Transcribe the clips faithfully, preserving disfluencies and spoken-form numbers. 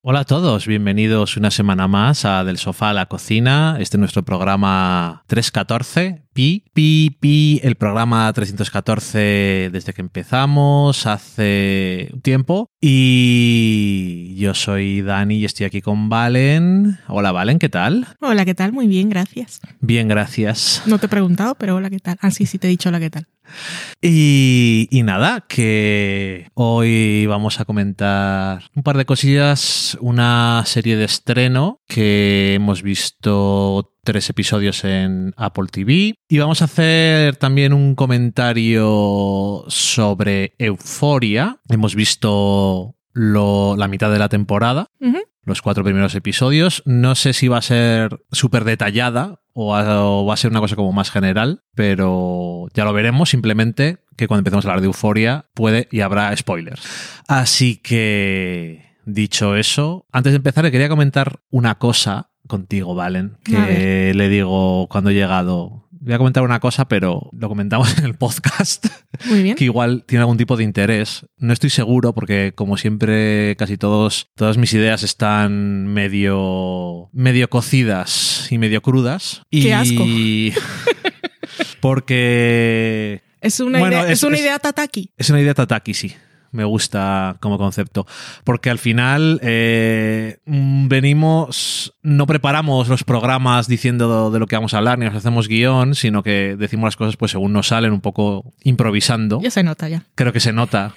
Hola a todos, bienvenidos una semana más a Del Sofá a la Cocina. Este es nuestro programa trescientos catorce, Pi, Pi, Pi, el programa trescientos catorce desde que empezamos hace un tiempo. Y yo soy Dani y estoy aquí con Valen. Hola Valen, ¿qué tal? Hola, ¿qué tal? Muy bien, gracias. Bien, gracias. No te he preguntado, pero hola, ¿qué tal? Ah, sí, sí te he dicho hola, ¿qué tal? Y, y nada, que hoy vamos a comentar un par de cosillas, una serie de estreno que hemos visto tres episodios en Apple T V y vamos a hacer también un comentario sobre Euphoria. Hemos visto lo, la mitad de la temporada. Uh-huh. Los cuatro primeros episodios. No sé si va a ser súper detallada o, a, o va a ser una cosa como más general, pero ya lo veremos. Simplemente que cuando empecemos a hablar de Euphoria puede y habrá spoilers. Así que, dicho eso, antes de empezar, le quería comentar una cosa contigo, Valen, que le digo cuando he llegado. Voy a comentar una cosa, pero lo comentamos en el podcast. Muy bien. Que igual tiene algún tipo de interés. No estoy seguro porque, como siempre, casi todos, todas mis ideas están medio, medio cocidas y medio crudas. ¡Qué y asco! Porque... Es una, bueno, idea, es, es una es, idea tataki. Es una idea tataki, sí. Me gusta como concepto. Porque al final eh, venimos, no preparamos los programas diciendo de lo que vamos a hablar, ni nos hacemos guión, sino que decimos las cosas pues según nos salen, un poco improvisando. Ya se nota ya. Creo que se nota.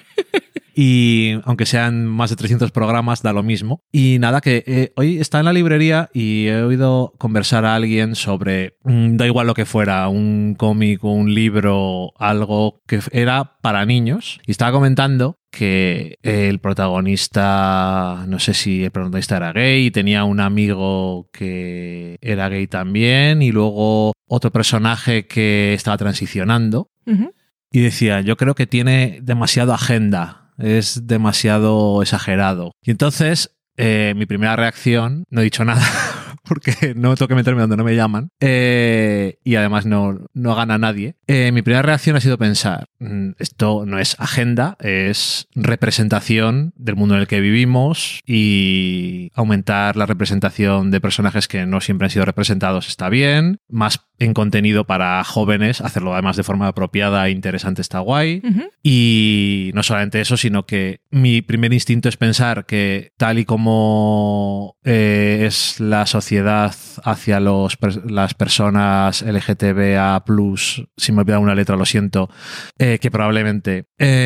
Y aunque sean más de trescientos programas, da lo mismo. Y nada, que eh, hoy está en la librería y he oído conversar a alguien sobre, mmm, da igual lo que fuera, un cómic, un libro, algo que era para niños. Y estaba comentando que el protagonista, no sé si el protagonista era gay, y tenía un amigo que era gay también, y luego otro personaje que estaba transicionando. Uh-huh. Y decía, yo creo que tiene demasiado agenda. Es demasiado exagerado. Y entonces, eh, mi primera reacción, no he dicho nada, porque no tengo que meterme donde no me llaman, eh, y además no, no gana nadie. Eh, mi primera reacción ha sido pensar, esto no es agenda, es representación del mundo en el que vivimos, y aumentar la representación de personajes que no siempre han sido representados está bien, más en contenido para jóvenes, hacerlo además de forma apropiada e interesante está guay. Uh-huh. Y no solamente eso, sino que mi primer instinto es pensar que tal y como eh, es la sociedad hacia los, las personas L G T B A plus, si me he olvidado una letra, lo siento, eh, que probablemente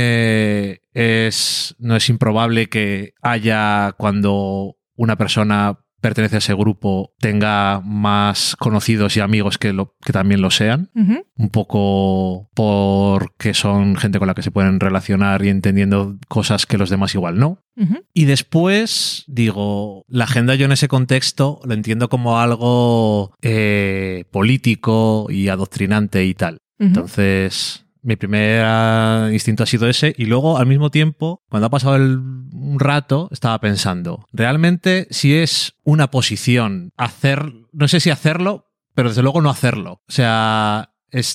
eh, es, no es improbable que haya, cuando una persona pertenece a ese grupo, tenga más conocidos y amigos que, lo, que también lo sean. Uh-huh. Un poco porque son gente con la que se pueden relacionar y entendiendo cosas que los demás igual no. Uh-huh. Y después, digo, la agenda yo en ese contexto lo entiendo como algo eh, político y adoctrinante y tal. Uh-huh. Entonces... mi primer instinto ha sido ese, y luego al mismo tiempo, cuando ha pasado el, un rato, estaba pensando, realmente si es una posición hacer, no sé si hacerlo, pero desde luego no hacerlo. O sea,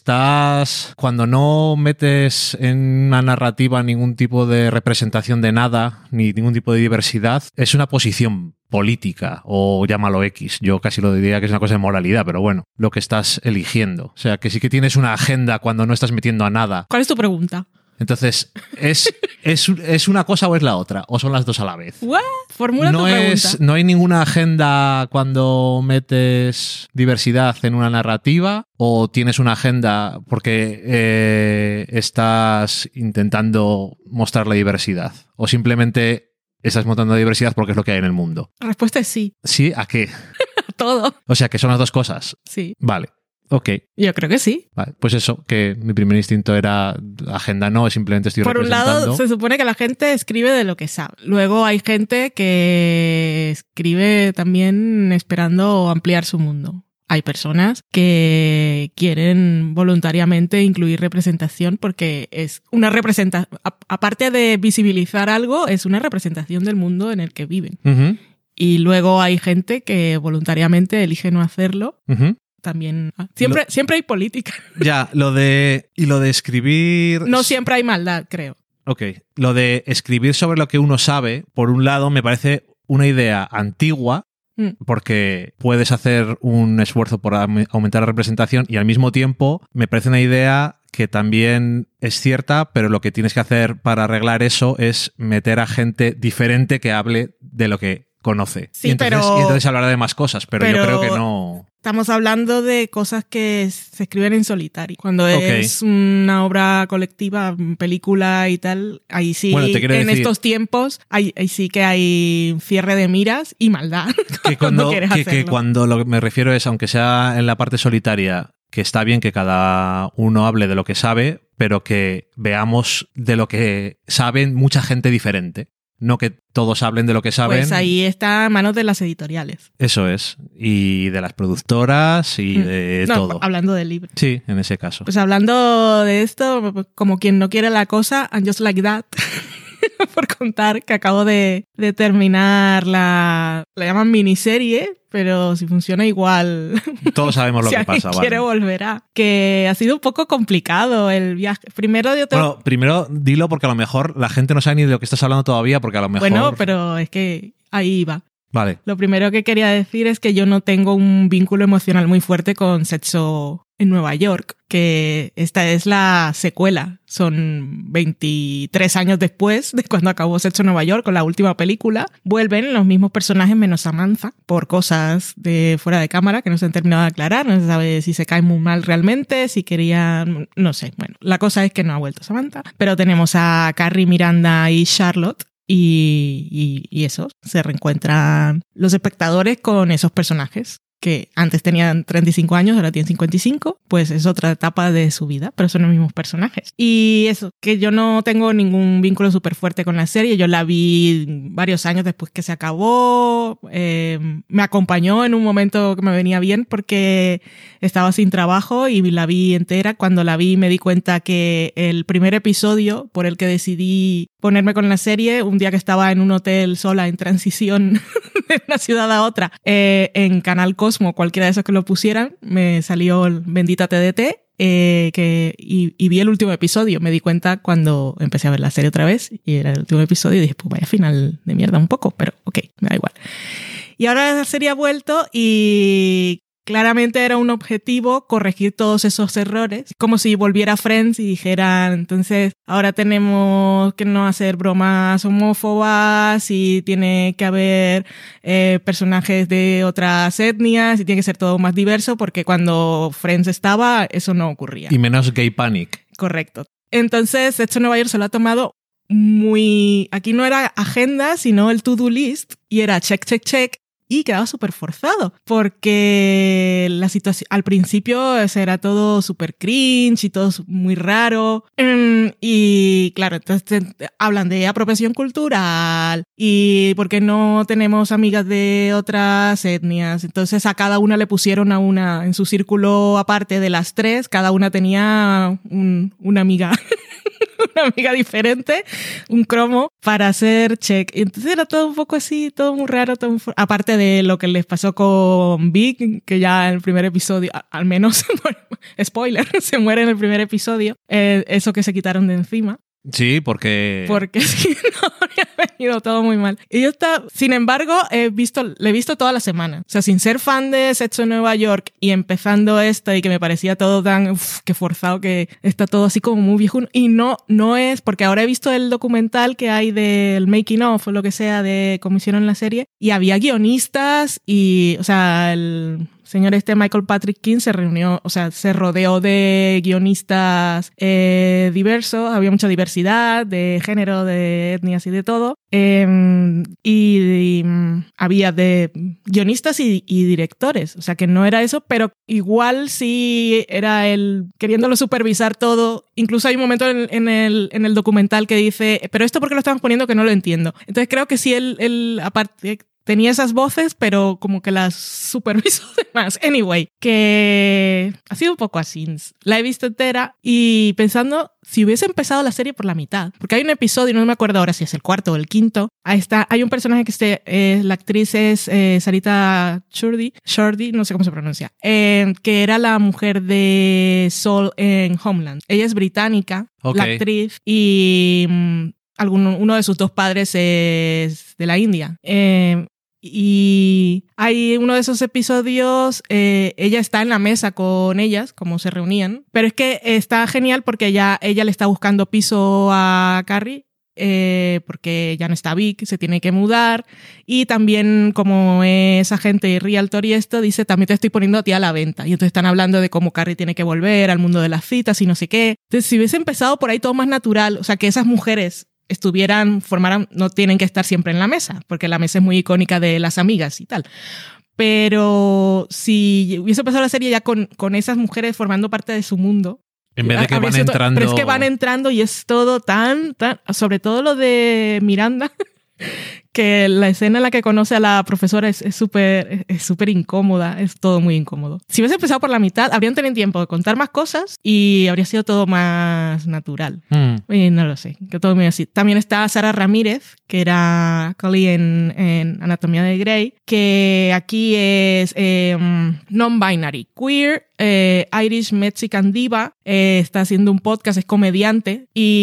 estás, cuando no metes en una narrativa ningún tipo de representación de nada, ni ningún tipo de diversidad, es una posición política, o llámalo X. Yo casi lo diría que es una cosa de moralidad, pero bueno, lo que estás eligiendo. O sea, que sí que tienes una agenda cuando no estás metiendo a nada. ¿Cuál es tu pregunta? Entonces, ¿es, es, ¿es una cosa o es la otra? ¿O son las dos a la vez? ¿What? Formula no tu es, pregunta. ¿No hay ninguna agenda cuando metes diversidad en una narrativa? ¿O tienes una agenda porque eh, estás intentando mostrar la diversidad? ¿O simplemente estás mostrando diversidad porque es lo que hay en el mundo? La respuesta es sí. ¿Sí? ¿A qué? Todo. O sea, que son las dos cosas. Sí. Vale. Ok. Yo creo que sí. Vale, pues eso, que mi primer instinto era agenda no, simplemente estoy Por representando. un lado, se supone que la gente escribe de lo que sabe. Luego hay gente que escribe también esperando ampliar su mundo. Hay personas que quieren voluntariamente incluir representación porque es una representación, aparte de visibilizar algo, es una representación del mundo en el que viven. Uh-huh. Y luego hay gente que voluntariamente elige no hacerlo. Uh-huh. También siempre, lo, siempre hay política. Ya, lo de y lo de escribir. No siempre hay maldad, creo. Ok. Lo de escribir sobre lo que uno sabe, por un lado, me parece una idea antigua, porque puedes hacer un esfuerzo por aumentar la representación y al mismo tiempo me parece una idea que también es cierta, pero lo que tienes que hacer para arreglar eso es meter a gente diferente que hable de lo que conoce. Sí, y, entonces, pero, y entonces hablará de más cosas, pero, pero yo creo que no... Estamos hablando de cosas que se escriben en solitario. Cuando okay. es una obra colectiva, película y tal, ahí sí, bueno, en decir, estos tiempos, ahí, ahí sí que hay cierre de miras y maldad. Que cuando, quieres que, que cuando lo que me refiero es, aunque sea en la parte solitaria, que está bien que cada uno hable de lo que sabe, pero que veamos de lo que saben mucha gente diferente. No que todos hablen de lo que saben. Pues ahí está a manos de las editoriales. Eso es. Y de las productoras y de no, todo. Hablando del libro. Sí, en ese caso. Pues hablando de esto, como quien no quiere la cosa, and just like that, por contar que acabo de, de terminar la... La llaman miniserie, pero si funciona igual... Todos sabemos lo si que pasa, vale. quiere volverá. Que ha sido un poco complicado el viaje. Primero yo tengo... Bueno, primero dilo porque a lo mejor la gente no sabe ni de lo que estás hablando todavía, porque a lo mejor... Bueno, pero es que ahí va. Vale. Lo primero que quería decir es que yo no tengo un vínculo emocional muy fuerte con Sexo en Nueva York, que esta es la secuela. Son veintitrés años después de cuando acabó Sexo en Nueva York, con la última película. Vuelven los mismos personajes menos Samantha, por cosas de fuera de cámara que no se han terminado de aclarar. No se sabe si se cae muy mal realmente, si querían... No sé. Bueno, la cosa es que no ha vuelto Samantha. Pero tenemos a Carrie, Miranda y Charlotte. Y, y, y eso, se reencuentran los espectadores con esos personajes que antes tenían treinta y cinco años, ahora tienen cincuenta y cinco, pues es otra etapa de su vida, pero son los mismos personajes. Y eso, que yo no tengo ningún vínculo súper fuerte con la serie, yo la vi varios años después que se acabó, eh, me acompañó en un momento que me venía bien porque estaba sin trabajo y la vi entera. Cuando la vi me di cuenta que el primer episodio por el que decidí ponerme con la serie, un día que estaba en un hotel sola en transición de una ciudad a otra, eh, en Canal Cosmo, cualquiera de esos que lo pusieran, me salió el Bendita T D T eh, que, y, y vi el último episodio. Me di cuenta cuando empecé a ver la serie otra vez y era el último episodio y dije, pues vaya final de mierda un poco, pero ok, me da igual. Y ahora la serie ha vuelto y... claramente era un objetivo corregir todos esos errores, como si volviera Friends y dijeran, entonces ahora tenemos que no hacer bromas homófobas y tiene que haber eh, personajes de otras etnias y tiene que ser todo más diverso porque cuando Friends estaba eso no ocurría. Y menos gay panic. Correcto. Entonces esto Nueva York se lo ha tomado muy... Aquí no era agenda, sino el to-do list y era check, check, check. Y quedaba súper forzado, porque la situación al principio era todo súper cringe y todo muy raro. Y claro, entonces hablan de apropiación cultural y porque no tenemos amigas de otras etnias. Entonces a cada una le pusieron a una, en su círculo aparte de las tres, cada una tenía un, una amiga. Una amiga diferente, un cromo para hacer check. Entonces era todo un poco así, todo muy raro, todo muy... aparte de lo que les pasó con Vic, que ya en el primer episodio, al menos, bueno, spoiler, se muere en el primer episodio, eh, eso que se quitaron de encima. Sí, porque... Porque si no, habría venido todo muy mal. Y yo está, sin embargo, he visto, le he visto toda la semana. O sea, sin ser fan de Sexo en Nueva York y empezando esto y que me parecía todo tan, uff, qué forzado, que está todo así como muy viejo. Y no, no es, porque ahora he visto el documental que hay del making of o lo que sea de cómo hicieron la serie y había guionistas y, o sea, el... señor este Michael Patrick King se reunió, o sea, se rodeó de guionistas eh, diversos, había mucha diversidad de género, de etnias y de todo. Eh, y, y había de guionistas y, y directores, o sea que no era eso, pero igual sí era el queriéndolo supervisar todo. Incluso hay un momento en, en, el, en el documental que dice, pero esto porque lo estamos poniendo que no lo entiendo. Entonces creo que sí, él, él aparte... tenía esas voces, pero como que las supervisó de más. Anyway, que ha sido un poco así. La he visto entera y pensando si hubiese empezado la serie por la mitad. Porque hay un episodio, no me acuerdo ahora si es el cuarto o el quinto. Ahí está, hay un personaje que este, eh, la actriz es eh, Sarita Shorty, Shorty, no sé cómo se pronuncia, eh, que era la mujer de Saul en Homeland. Ella es británica, okay. La actriz, y... Alguno, uno de sus dos padres es de la India. Eh, Y hay uno de esos episodios, eh, ella está en la mesa con ellas, como se reunían, pero es que está genial porque ella, ella le está buscando piso a Carrie. Eh, porque ya no está Vic, se tiene que mudar, y también como es agente y realtor y esto, dice, también te estoy poniendo a ti a la venta, y entonces están hablando de cómo Carrie tiene que volver al mundo de las citas y no sé qué. Entonces si hubiese empezado por ahí todo más natural, o sea, que esas mujeres estuvieran, formaran, no tienen que estar siempre en la mesa, porque la mesa es muy icónica de las amigas y tal. Pero si hubiese empezado la serie ya con, con esas mujeres formando parte de su mundo, en vez de que van entrando... Pero es que van entrando y es todo tan, tan... Sobre todo lo de Miranda, que la escena en la que conoce a la profesora es súper es súper incómoda, es todo muy incómodo. Si hubiese empezado por la mitad, habrían tenido tiempo de contar más cosas y habría sido todo más natural. Mm. Y no lo sé, que todo muy así. También está Sara Ramírez, que era Cully en, en Anatomía de Grey, que aquí es eh, non-binary, queer, eh, Irish Mexican diva, eh, está haciendo un podcast, es comediante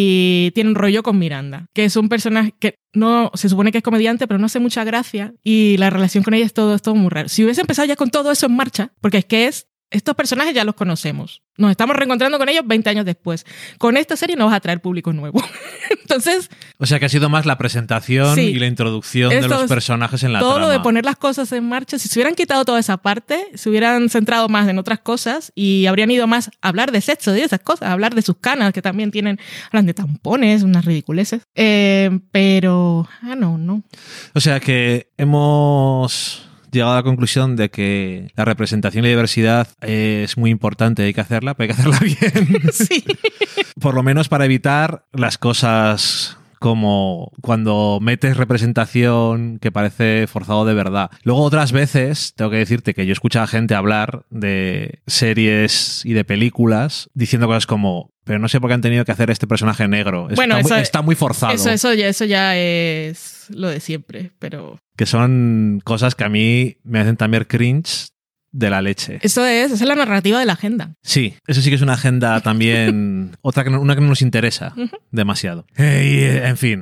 y tiene un rollo con Miranda, que es un personaje que no se supone que es comediante, pero no hace mucha gracia y la relación con ella es todo, es todo muy raro. Si hubiese empezado ya con todo eso en marcha, porque es que es, estos personajes ya los conocemos, nos estamos reencontrando con ellos veinte años después. Con esta serie no vas a traer público nuevo. Entonces... O sea que ha sido más la presentación sí, y la introducción de los personajes en la todo trama. Todo lo de poner las cosas en marcha. Si se hubieran quitado toda esa parte, se hubieran centrado más en otras cosas y habrían ido más a hablar de sexo y de esas cosas, a hablar de sus canas, que también tienen, hablan de tampones, unas ridiculeces. Eh, pero, ah, no, no. O sea que hemos... llegado a la conclusión de que la representación y la diversidad es muy importante, hay que hacerla, pero hay que hacerla bien. Sí. Por lo menos para evitar las cosas como cuando metes representación que parece forzado de verdad. Luego otras veces, tengo que decirte que yo escucho a gente hablar de series y de películas diciendo cosas como, pero no sé por qué han tenido que hacer este personaje negro. Bueno, está, eso, muy, está muy forzado. Eso, eso, ya, eso ya es lo de siempre, pero... Que son cosas que a mí me hacen también cringe de la leche. Eso es, esa es la narrativa de la agenda. Sí, eso sí que es una agenda también, otra que no, una que no nos interesa uh-huh. demasiado. Eh, y, en fin,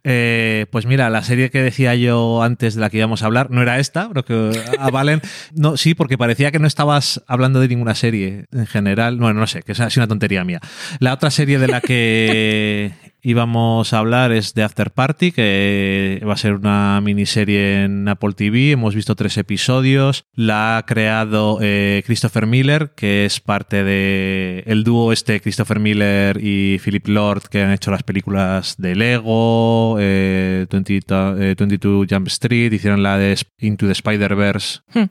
eh, pues mira, la serie que decía yo antes de la que íbamos a hablar no era esta, pero que a Valen, no, sí, porque parecía que no estabas hablando de ninguna serie en general. Bueno, no sé, que es una tontería mía. La otra serie de la que íbamos a hablar es de After Party, que va a ser una miniserie en Apple T V. Hemos visto tres episodios. La ha creado eh, Christopher Miller, que es parte de el dúo este Christopher Miller y Philip Lord, que han hecho las películas de Lego, eh, veinte, eh, veintidós Jump Street, hicieron la de Into the Spider-Verse. Hmm.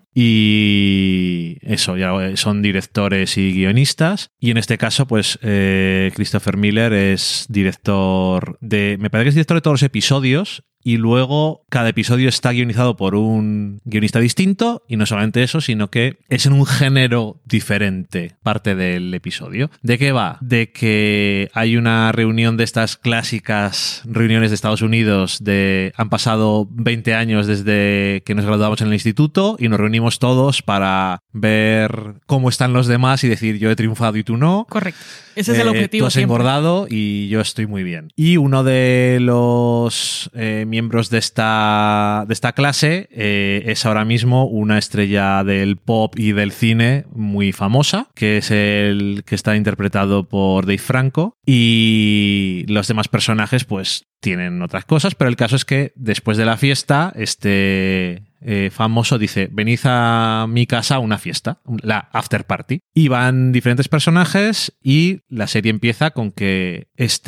Y eso, ya son directores y guionistas. Y en este caso, pues eh, Christopher Miller es director de, me parece que es director de todos los episodios y luego cada episodio está guionizado por un guionista distinto y no solamente eso, sino que es en un género diferente parte del episodio. ¿De qué va? De que hay una reunión de estas clásicas reuniones de Estados Unidos de han pasado veinte años desde que nos graduamos en el instituto y nos reunimos todos para ver cómo están los demás y decir yo he triunfado y tú no. Correcto. Ese es el objetivo. Tú has siempre. engordado y yo estoy muy bien. Y uno de los eh, miembros de esta, de esta clase eh, es ahora mismo una estrella del pop y del cine muy famosa, que es el que está interpretado por Dave Franco. Y los demás personajes pues tienen otras cosas, pero el caso es que después de la fiesta, este... Eh, famoso dice, venid a mi casa a una fiesta, la after party. Y van diferentes personajes y la serie empieza con que este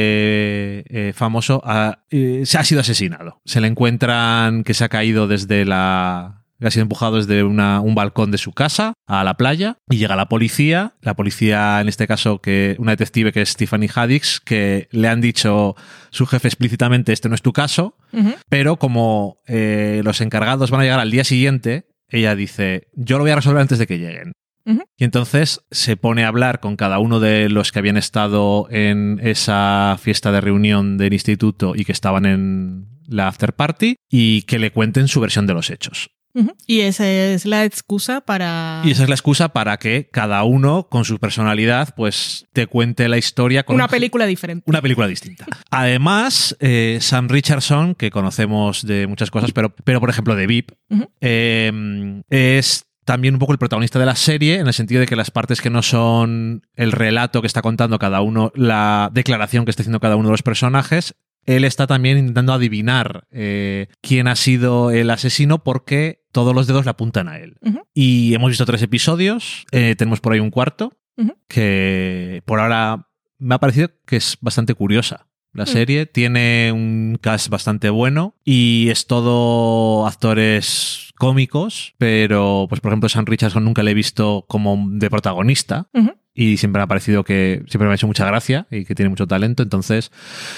eh, famoso ha, eh, se ha sido asesinado. Se le encuentran que se ha caído desde la... que ha sido empujado desde una, un balcón de su casa a la playa y llega la policía, la policía en este caso que una detective que es Tiffany Haddish, que le han dicho su jefe explícitamente este no es tu caso, uh-huh. pero como eh, los encargados van a llegar al día siguiente, ella dice yo lo voy a resolver antes de que lleguen. Uh-huh. Y entonces se pone a hablar con cada uno de los que habían estado en esa fiesta de reunión del instituto y que estaban en la after party y que le cuenten su versión de los hechos. Uh-huh. Y esa es la excusa para... Y esa es la excusa para que cada uno, con su personalidad, pues te cuente la historia con... Una película diferente. Una película distinta. Además, eh, Sam Richardson, que conocemos de muchas cosas, pero, pero por ejemplo de V I P, uh-huh. eh, es también un poco el protagonista de la serie, en el sentido de que las partes que no son el relato que está contando cada uno, la declaración que está haciendo cada uno de los personajes, él está también intentando adivinar eh, quién ha sido el asesino porque todos los dedos le apuntan a él. Uh-huh. Y hemos visto tres episodios, eh, tenemos por ahí un cuarto, uh-huh. que por ahora me ha parecido que es bastante curiosa. La uh-huh. serie tiene un cast bastante bueno y es todo actores cómicos, pero pues por ejemplo Sam Richardson nunca le he visto como de protagonista. Uh-huh. Y siempre me ha parecido que siempre me ha hecho mucha gracia y que tiene mucho talento, entonces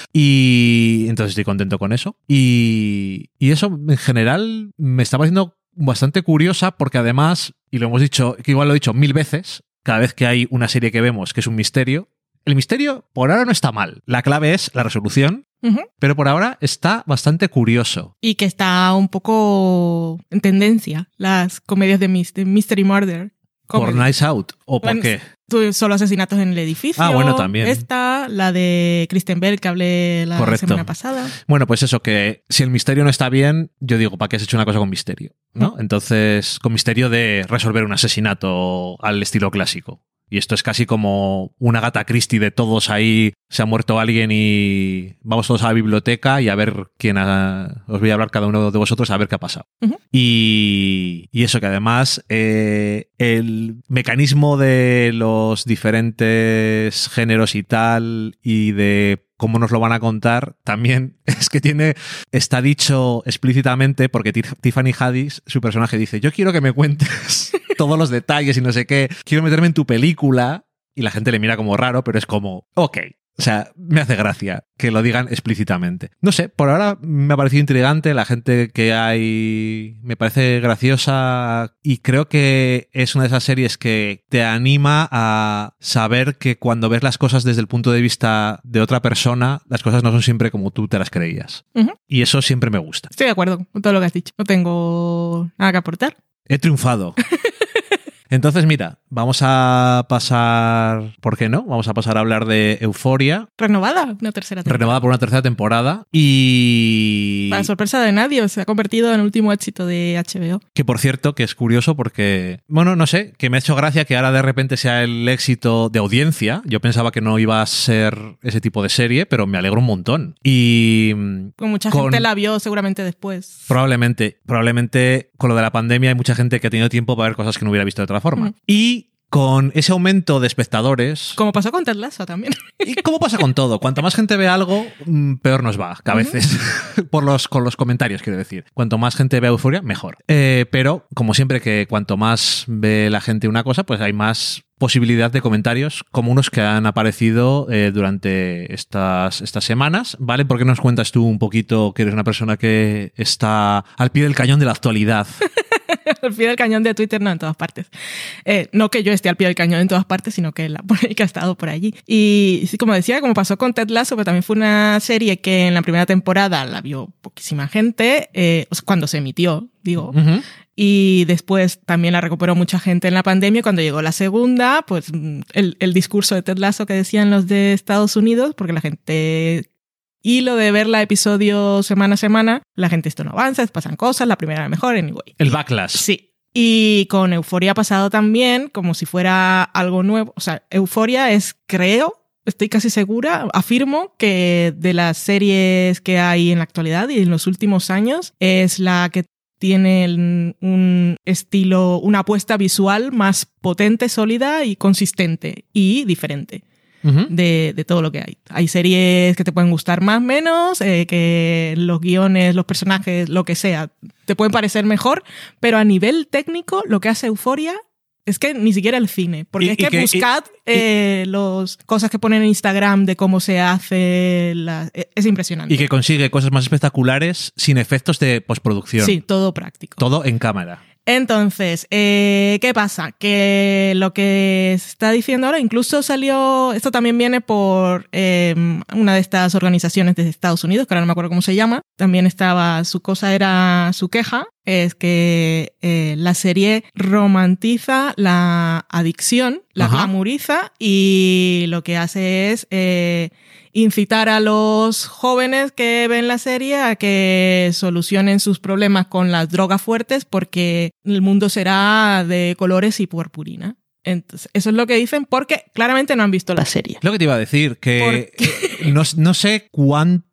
y entonces estoy contento con eso. Y, y eso en general me está pareciendo bastante curiosa porque además, y lo hemos dicho, que igual lo he dicho mil veces, cada vez que hay una serie que vemos que es un misterio, el misterio por ahora no está mal. La clave es la resolución. Uh-huh. Pero por ahora está bastante curioso. Y que está un poco en tendencia las comedias de Mystery Murder. ¿Por Nice Out? ¿O por bueno, qué? Solo asesinatos en el edificio. Ah, bueno, también. Esta, la de Kristen Bell, que hablé la Correcto. semana pasada. Bueno, pues eso, que si el misterio no está bien, yo digo, ¿para qué has hecho una cosa con misterio? ¿No? ¿Mm? Entonces, con misterio de resolver un asesinato al estilo clásico. Y esto es casi como una Agatha Christie de todos ahí, se ha muerto alguien y vamos todos a la biblioteca y a ver quién ha... Os voy a hablar cada uno de vosotros a ver qué ha pasado. Uh-huh. Y, y eso que además eh, el mecanismo de los diferentes géneros y tal y de cómo nos lo van a contar, también es que tiene, está dicho explícitamente porque Tiffany Haddish, su personaje, dice, yo quiero que me cuentes todos los detalles y no sé qué, quiero meterme en tu película, y la gente le mira como raro, pero es como, ok. O sea, me hace gracia que lo digan explícitamente. No sé, por ahora me ha parecido intrigante, la gente que hay me parece graciosa y creo que es una de esas series que te anima a saber que cuando ves las cosas desde el punto de vista de otra persona, las cosas no son siempre como tú te las creías. Uh-huh. Y eso siempre me gusta. Estoy de acuerdo con todo lo que has dicho. No tengo nada que aportar. He triunfado. Entonces, mira, vamos a pasar... ¿Por qué no? Vamos a pasar a hablar de Euphoria. Renovada, una tercera temporada. Renovada por una tercera temporada. Y... Para sorpresa de nadie, se ha convertido en el último éxito de H B O. Que por cierto, que es curioso porque... Bueno, no sé, que me ha hecho gracia que ahora de repente sea el éxito de audiencia. Yo pensaba que no iba a ser ese tipo de serie, pero me alegro un montón. Y... Con mucha con... gente la vio seguramente después. Probablemente. Probablemente con lo de la pandemia hay mucha gente que ha tenido tiempo para ver cosas que no hubiera visto de otra forma. Uh-huh. Y con ese aumento de espectadores... Como pasó con Ted Lasso también. Y como pasa con todo. Cuanto más gente ve algo, peor nos va, que a veces. Uh-huh. Por los, con los comentarios, quiero decir. Cuanto más gente ve Euphoria, mejor. Eh, pero, como siempre, que cuanto más ve la gente una cosa, pues hay más posibilidad de comentarios como unos que han aparecido eh, durante estas, estas semanas. ¿Vale? ¿Por qué nos cuentas tú un poquito que eres una persona que está al pie del cañón de la actualidad? Al pie del cañón de Twitter, no, en todas partes. Eh, no que yo esté al pie del cañón en todas partes, sino que, la, que ha estado por allí. Y como decía, como pasó con Ted Lasso, pero también fue una serie que en la primera temporada la vio poquísima gente, eh, o sea, cuando se emitió, digo. Uh-huh. Y después también la recuperó mucha gente en la pandemia. Cuando llegó la segunda, pues el, el discurso de Ted Lasso que decían los de Estados Unidos, porque la gente... Y lo de ver la episodio semana a semana, la gente esto no avanza, pasan cosas, la primera era mejor, anyway. El backlash. Sí. Y con Euphoria ha pasado también, como si fuera algo nuevo. O sea, Euphoria es, creo, estoy casi segura, afirmo que de las series que hay en la actualidad y en los últimos años, es la que tiene un estilo, una apuesta visual más potente, sólida y consistente y diferente. Uh-huh. De, de todo lo que hay. Hay series que te pueden gustar más, menos, eh, que los guiones, los personajes, lo que sea, te pueden parecer mejor, pero a nivel técnico lo que hace Euphoria es que ni siquiera el cine, porque y, es que, que buscad y, eh, las cosas que ponen en Instagram de cómo se hace, la, es impresionante. Y que consigue cosas más espectaculares sin efectos de postproducción. Sí, todo práctico. Todo en cámara. Entonces, eh, ¿qué pasa? Que lo que se está diciendo ahora, incluso salió, esto también viene por eh, una de estas organizaciones de Estados Unidos, que ahora no me acuerdo cómo se llama, también estaba, su cosa era, su queja, es que eh, la serie romantiza la adicción, la Ajá. glamoriza y lo que hace es eh, incitar a los jóvenes que ven la serie a que solucionen sus problemas con las drogas fuertes porque el mundo será de colores y purpurina. Entonces, eso es lo que dicen porque claramente no han visto la serie. Lo que te iba a decir, que no, no sé cuántos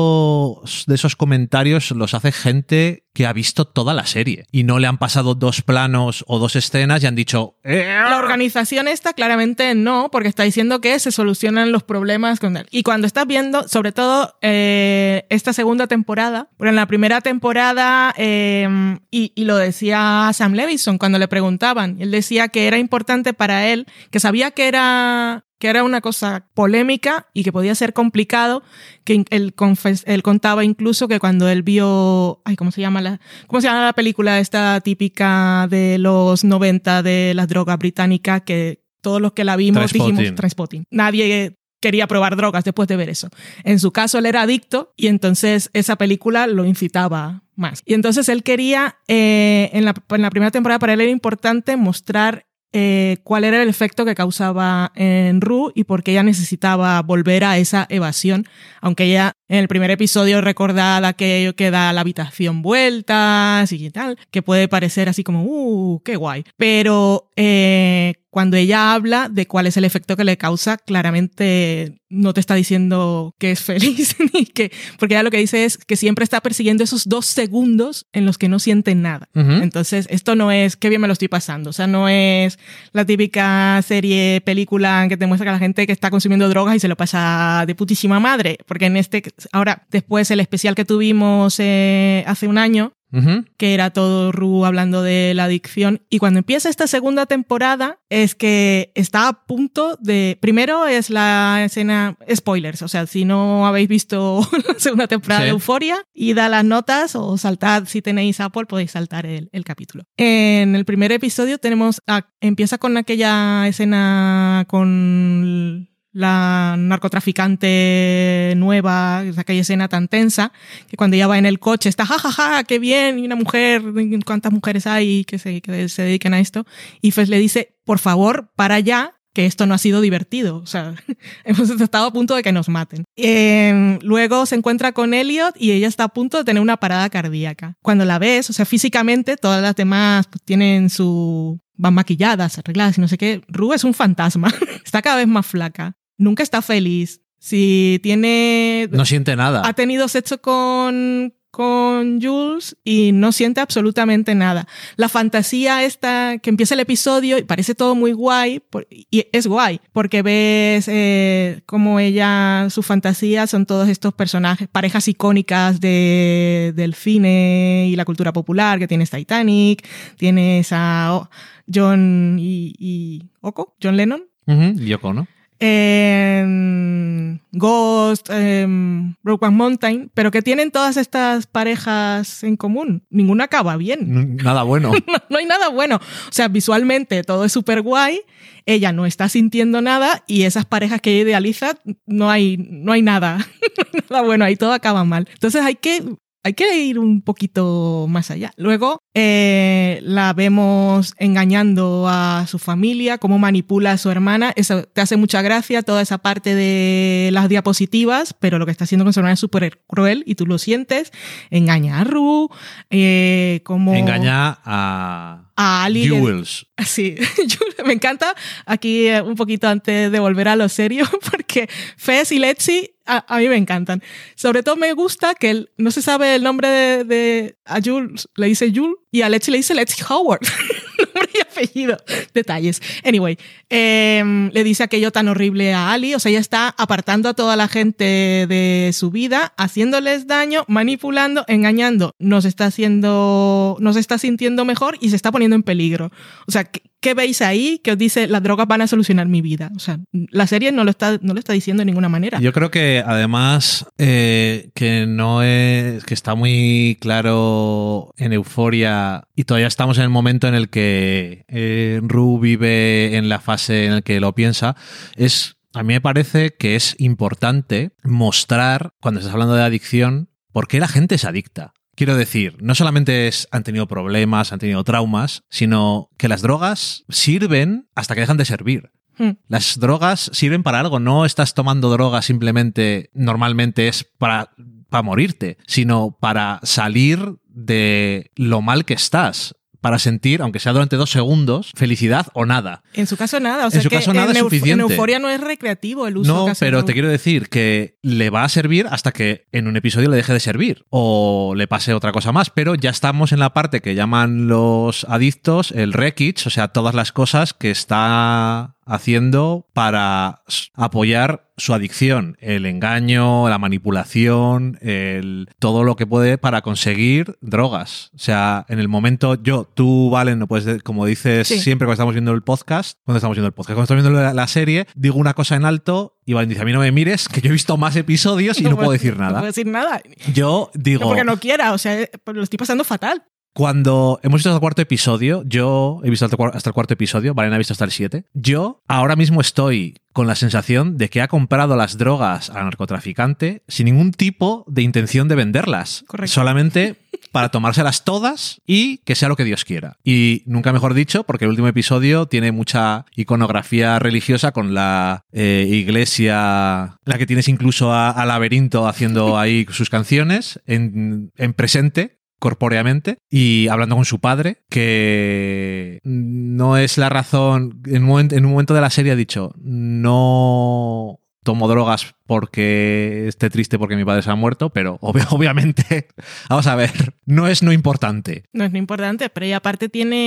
de esos comentarios los hace gente que ha visto toda la serie y no le han pasado dos planos o dos escenas y han dicho... ¡Eh! La organización esta claramente no, porque está diciendo que se solucionan los problemas con él. Y cuando estás viendo, sobre todo eh, esta segunda temporada, porque en la primera temporada, eh, y, y lo decía Sam Levinson cuando le preguntaban, él decía que era importante para él, que sabía que era... que era una cosa polémica y que podía ser complicado, que él, confes- él contaba incluso que cuando él vio, ay, ¿cómo se llama la, cómo se llama la película esta típica de los noventa de las drogas británicas, que todos los que la vimos Trainspotting. dijimos Trainspotting. Nadie quería probar drogas después de ver eso. En su caso él era adicto y entonces esa película lo incitaba más. Y entonces él quería, eh, en, la, en la primera temporada para él era importante mostrar Eh, cuál era el efecto que causaba en Rue y por qué ella necesitaba volver a esa evasión, aunque ella en el primer episodio recordaba aquello que da la habitación vueltas y tal, que puede parecer así como, uh, qué guay. Pero eh, cuando ella habla de cuál es el efecto que le causa, claramente no te está diciendo que es feliz, ni que, porque ella lo que dice es que siempre está persiguiendo esos dos segundos en los que no siente nada. Uh-huh. Entonces, esto no es qué bien me lo estoy pasando, o sea, no es la típica serie, película que te muestra que la gente que está consumiendo drogas y se lo pasa de putísima madre, porque en este, ahora, después el especial que tuvimos eh, hace un año, Uh-huh. que era todo Rue hablando de la adicción. Y cuando empieza esta segunda temporada es que está a punto de... Primero es la escena... Spoilers, o sea, si no habéis visto la segunda temporada sí. de Euphoria, id a las notas o saltad, si tenéis Apple podéis saltar el, el capítulo. En el primer episodio tenemos... A, empieza con aquella escena con... la narcotraficante nueva, aquella escena tan tensa, que cuando ella va en el coche está jajaja, ja, ja, qué bien, y una mujer, cuántas mujeres hay que se, que se dediquen a esto, y Fez le dice, por favor, para ya, que esto no ha sido divertido, o sea, hemos estado a punto de que nos maten. Eh, luego se encuentra con Elliot y ella está a punto de tener una parada cardíaca. Cuando la ves, o sea, físicamente todas las demás pues, tienen su... van maquilladas, arregladas y no sé qué. Rue es un fantasma, está cada vez más flaca. Nunca está feliz. Si tiene... No siente nada. Ha tenido sexo con, con Jules y no siente absolutamente nada. La fantasía esta, que empieza el episodio y parece todo muy guay, por, y es guay, porque ves eh, como ella, su fantasía son todos estos personajes, parejas icónicas de, del cine y la cultura popular, que tienes Titanic, tienes a John y, y Oko, John Lennon. Uh-huh. Yoko, ¿no? Eh, Ghost, eh, Brokeback Mountain, pero que tienen todas estas parejas en común. Ninguna acaba bien. Nada bueno. no, no hay nada bueno. O sea, visualmente todo es súper guay, ella no está sintiendo nada y esas parejas que ella idealiza, no hay, no hay nada. no hay nada bueno, ahí todo acaba mal. Entonces hay que... Hay que ir un poquito más allá. Luego eh, la vemos engañando a su familia, cómo manipula a su hermana. Eso te hace mucha gracia, toda esa parte de las diapositivas, pero lo que está haciendo con su hermana es súper cruel y tú lo sientes. Engaña a Rue, eh, como... Engaña a... a Ali. Jules. Sí, me encanta aquí eh, un poquito antes de volver a lo serio, porque Fez y Letzi a, a mí me encantan. Sobre todo me gusta que él, no se sabe el nombre de, de a Jules, le dice Jules, y a Letzi le dice Letzi Howard. Nombre y apellido. Detalles. Anyway, eh, le dice aquello tan horrible a Ali, o sea, ella está apartando a toda la gente de su vida, haciéndoles daño, manipulando, engañando. Nos está haciendo, nos está sintiendo mejor y se está poniendo en peligro. O sea, ¿qué, qué veis ahí que os dice las drogas van a solucionar mi vida? O sea, la serie no lo está, no lo está diciendo de ninguna manera. Yo creo que además eh, que no es, que está muy claro en Euphoria y todavía estamos en el momento en el que eh, Rue vive en la fase en la que lo piensa, es, a mí me parece que es importante mostrar, cuando estás hablando de adicción, por qué la gente es adicta. Quiero decir, no solamente es, han tenido problemas, han tenido traumas, sino que las drogas sirven hasta que dejan de servir. Hmm. Las drogas sirven para algo. No estás tomando drogas simplemente, normalmente es para, para morirte, sino para salir de lo mal que estás. Para sentir, aunque sea durante dos segundos, felicidad o nada. En su caso nada. O sea, en su que caso nada en es euf- suficiente. En Euforia no es recreativo el uso No, que hace pero Rue. te quiero decir que le va a servir hasta que en un episodio le deje de servir o le pase otra cosa más, pero ya estamos en la parte que llaman los adictos el wreckage, o sea, todas las cosas que está haciendo para apoyar su adicción, el engaño, la manipulación, el, todo lo que puede para conseguir drogas. O sea, en el momento, yo, tú, Valen, no puedes, como dices Sí. siempre cuando estamos viendo el podcast, cuando estamos viendo el podcast, cuando estamos viendo la, la serie, digo una cosa en alto y Valen dice, a mí no me mires, que yo he visto más episodios y no, puedo decir No nada. puedo decir nada. Yo digo... No porque no quiera, o sea, pues lo estoy pasando fatal. Cuando hemos visto hasta el cuarto episodio, yo he visto hasta el cuarto episodio, Valen ha visto hasta el siete, yo ahora mismo estoy con la sensación de que ha comprado las drogas al narcotraficante sin ningún tipo de intención de venderlas. Correcto. Solamente para tomárselas todas y que sea lo que Dios quiera. Y nunca mejor dicho, porque el último episodio tiene mucha iconografía religiosa con la eh, iglesia, la que tienes incluso a, a Laberinto haciendo ahí sus canciones en, en presente, corpóreamente, y hablando con su padre, que no es la razón, en un momento, en un momento de la serie ha dicho, no tomo drogas porque esté triste porque mi padre se ha muerto, pero ob- obviamente, vamos a ver, no es no importante. No es no importante, pero ella aparte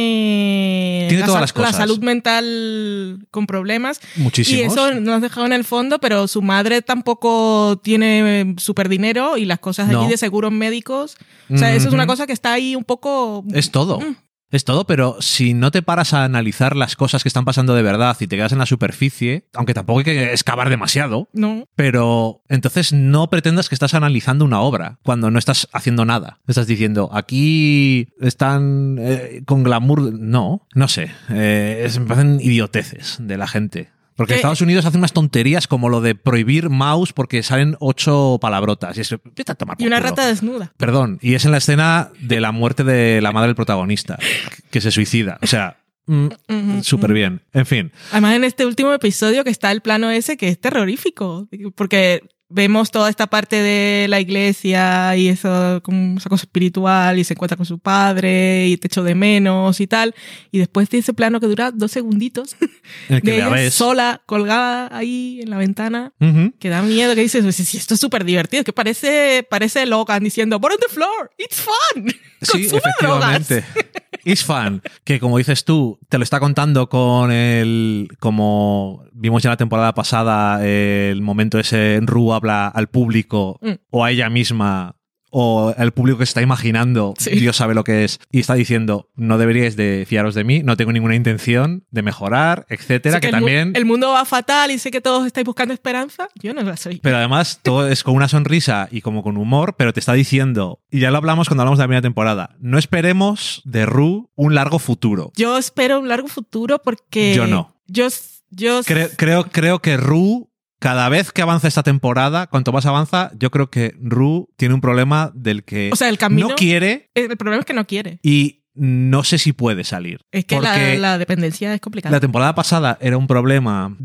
tiene, Tiene la, todas sa- las cosas. la salud mental con problemas. Muchísimos. Y eso nos has dejado en el fondo, pero su madre tampoco tiene súper dinero y las cosas No. allí de seguros médicos. O sea, eso es una Ujú. cosa que está ahí un poco... Es todo. Mm. Es todo, pero si no te paras a analizar las cosas que están pasando de verdad y te quedas en la superficie, aunque tampoco hay que excavar demasiado, No. pero entonces no pretendas que estás analizando una obra cuando no estás haciendo nada. Estás diciendo, aquí están eh, con glamour. No, no sé. Eh, es, me parecen idioteces de la gente. Porque ¿Qué? Estados Unidos hace unas tonterías como lo de prohibir mouse porque salen ocho palabrotas. Y, eso, vete a tomar por Y una culo. rata desnuda. Perdón, y es en la escena de la muerte de la madre del protagonista, que se suicida. O sea, mm, Ujú, súper ujú. bien. En fin, Además, en este último episodio que está el plano ese que es terrorífico, porque vemos toda esta parte de la iglesia y eso, como esa cosa espiritual, y se encuentra con su padre y te echo de menos y tal, y después de ese plano que dura dos segunditos el que de la ella ves. sola, colgada ahí en la ventana, Ujú. que da miedo, que dices, "Pues, si esto es súper divertido, que parece, parece Logan diciendo, "Born on the floor, it's fun, Sí, consuma drogas". efectivamente. It's fun. Que como dices tú, te lo está contando con el... Como vimos ya la temporada pasada, el momento ese Ru habla al público Mm. o a ella misma o al público que se está imaginando, Sí. Dios sabe lo que es, y está diciendo, no deberíais de fiaros de mí, no tengo ninguna intención de mejorar, etcétera, Sé que, el mu- también... el mundo va fatal y sé que todos estáis buscando esperanza, yo no la soy. Pero además todo es con una sonrisa y como con humor, pero te está diciendo, y ya lo hablamos cuando hablamos de la primera temporada, no esperemos de Ru un largo futuro. Yo espero un largo futuro porque... Yo no. Yo, yo Creo, creo, creo que Ru, cada vez que avanza esta temporada, cuanto más avanza, yo creo que Ru tiene un problema del que O sea, el camino- no quiere el problema es que no quiere. y no sé si puede salir. Es que la, Porque la dependencia es complicada. la temporada pasada era un problema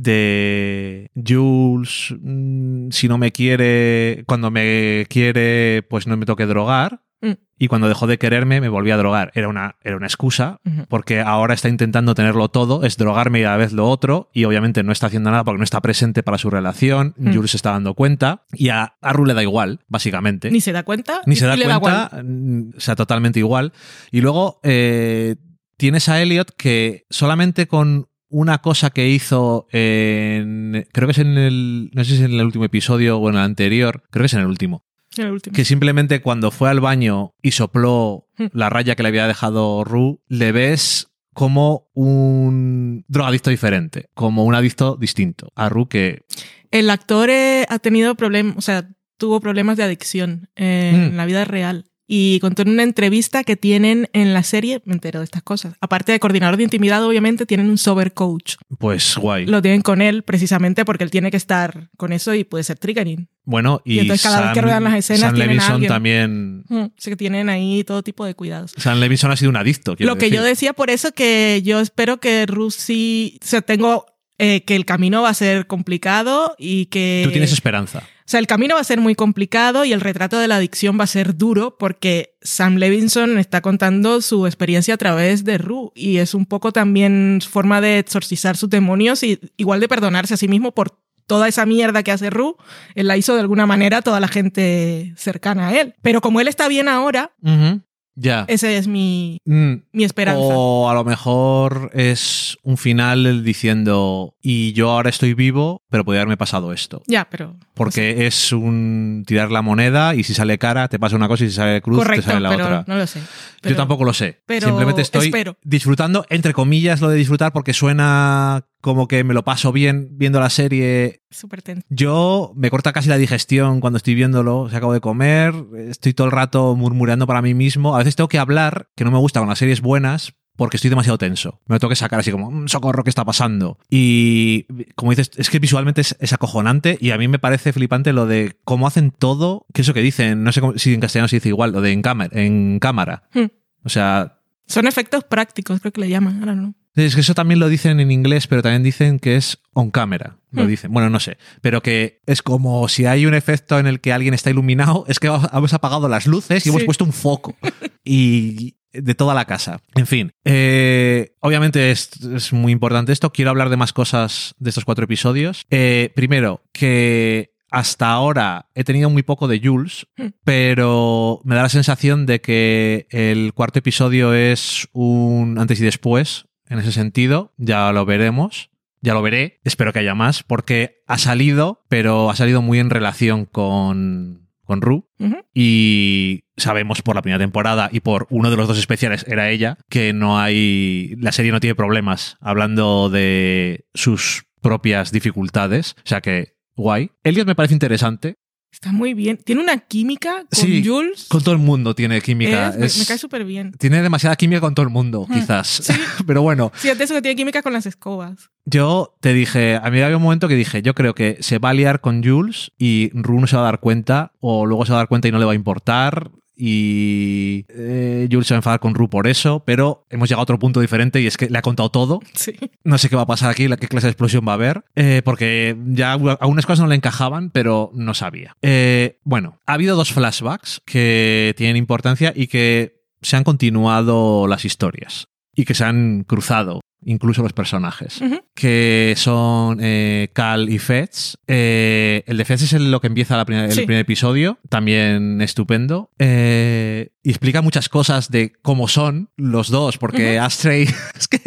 de Jules, mm, si no me quiere, cuando me quiere, pues no me toque drogar. Mm. Y cuando dejó de quererme, me volví a drogar. Era una, era una excusa, Ujú. porque ahora está intentando tenerlo todo, es drogarme y a la vez lo otro, y obviamente no está haciendo nada porque no está presente para su relación. Mm. Jules se está dando cuenta, y a, a Ru le da igual, básicamente. Ni se da cuenta. Ni se da y le cuenta, igual. mm, o sea, totalmente igual. Y luego eh, tienes a Elliot que solamente con una cosa que hizo en... Creo que es en el... No sé si es en el último episodio o en el anterior. Creo que es en el último. En el último. Que simplemente cuando fue al baño y sopló Hmm. la raya que le había dejado Ru, le ves como un drogadicto diferente, como un adicto distinto a Ru que... El actor eh, ha tenido problemas, o sea, tuvo problemas de adicción en Mm. la vida real. Y contó en una entrevista que tienen en la serie, me entero de estas cosas. Aparte de coordinador de intimidad, obviamente tienen un sober coach. Pues guay. Lo tienen con él precisamente porque él tiene que estar con eso y puede ser triggering. Bueno, y, Y entonces cada vez que Sam- ruedan las escenas Sam tienen a Levinson alguien. también Mm, sí que tienen ahí todo tipo de cuidados. Sam Levinson ha sido un adicto, quiero Lo que decir. yo decía por eso que yo espero que Rusi... O sea, tengo... Eh, que el camino va a ser complicado y que... Tú tienes esperanza. O sea, el camino va a ser muy complicado y el retrato de la adicción va a ser duro porque Sam Levinson está contando su experiencia a través de Rue y es un poco también su forma de exorcizar sus demonios y igual de perdonarse a sí mismo por toda esa mierda que hace Rue. Él la hizo de alguna manera a toda la gente cercana a él. Pero como él está bien ahora... Uh-huh. Ya. Ese es mi, mm. mi esperanza. O a lo mejor es un final diciendo y yo ahora estoy vivo, pero podría haberme pasado esto. Ya, pero... Porque no sé. Es un tirar la moneda y si sale cara te pasa una cosa y si sale cruz Correcto, te sale la pero otra. No lo sé. Pero, yo tampoco lo sé. Pero Simplemente estoy espero. disfrutando, entre comillas, lo de disfrutar porque suena como que me lo paso bien viendo la serie. Súper tenso. Yo me corta casi la digestión cuando estoy viéndolo. Se acabo de comer, estoy todo el rato murmurando para mí mismo. A veces tengo que hablar, que no me gusta con las series buenas, porque estoy demasiado tenso. Me lo tengo que sacar así como, socorro, ¿qué está pasando? Y como dices, es que visualmente es, es acojonante y a mí me parece flipante lo de cómo hacen todo, que eso que dicen, no sé cómo, si en castellano se dice igual, lo de en cámara. En cámara. Hmm. O sea... Son efectos prácticos, creo que le llaman, ahora no. Es que eso también lo dicen en inglés, pero también dicen que es on camera. Lo Hmm. dicen. Bueno, no sé. Pero que es como si hay un efecto en el que alguien está iluminado, es que hemos apagado las luces y Sí. hemos puesto un foco. Y de toda la casa. En fin. Eh, obviamente es, es muy importante esto. Quiero hablar de más cosas de estos cuatro episodios. Eh, primero, que hasta ahora he tenido muy poco de Jules, pero me da la sensación de que el cuarto episodio es un antes y después en ese sentido. Ya lo veremos. Ya lo veré. Espero que haya más, porque ha salido, pero ha salido muy en relación con, con Rue. Uh-huh. Y sabemos por la primera temporada y por uno de los dos especiales, era ella, que no hay... La serie no tiene problemas hablando de sus propias dificultades. O sea que... guay. Elliot me parece interesante. Está muy bien. Tiene una química con Sí, Jules. Con todo el mundo tiene química. Es- me, Es- me cae súper bien. Tiene demasiada química con todo el mundo, Hmm. quizás. Sí. Pero bueno, Sí, antes eso que tiene química con las escobas. yo te dije, a mí había un momento que dije, yo creo que se va a liar con Jules y Rue no se va a dar cuenta, o luego se va a dar cuenta y no le va a importar. Y eh, Jules se va a enfadar con Rue por eso, pero hemos llegado a otro punto diferente y es que le ha contado todo. Sí. No sé qué va a pasar aquí, la- qué clase de explosión va a haber, eh, porque ya algunas cosas no le encajaban, pero no sabía. Eh, bueno, ha habido dos flashbacks que tienen importancia y que se han continuado las historias y que se han cruzado incluso los personajes, Ujú. que son eh, Cal y Fetz. Eh, el de Fetz es el, lo que empieza la primera- el Sí. primer episodio, también estupendo. Eh, y explica muchas cosas de cómo son los dos, porque Ujú. Astray es que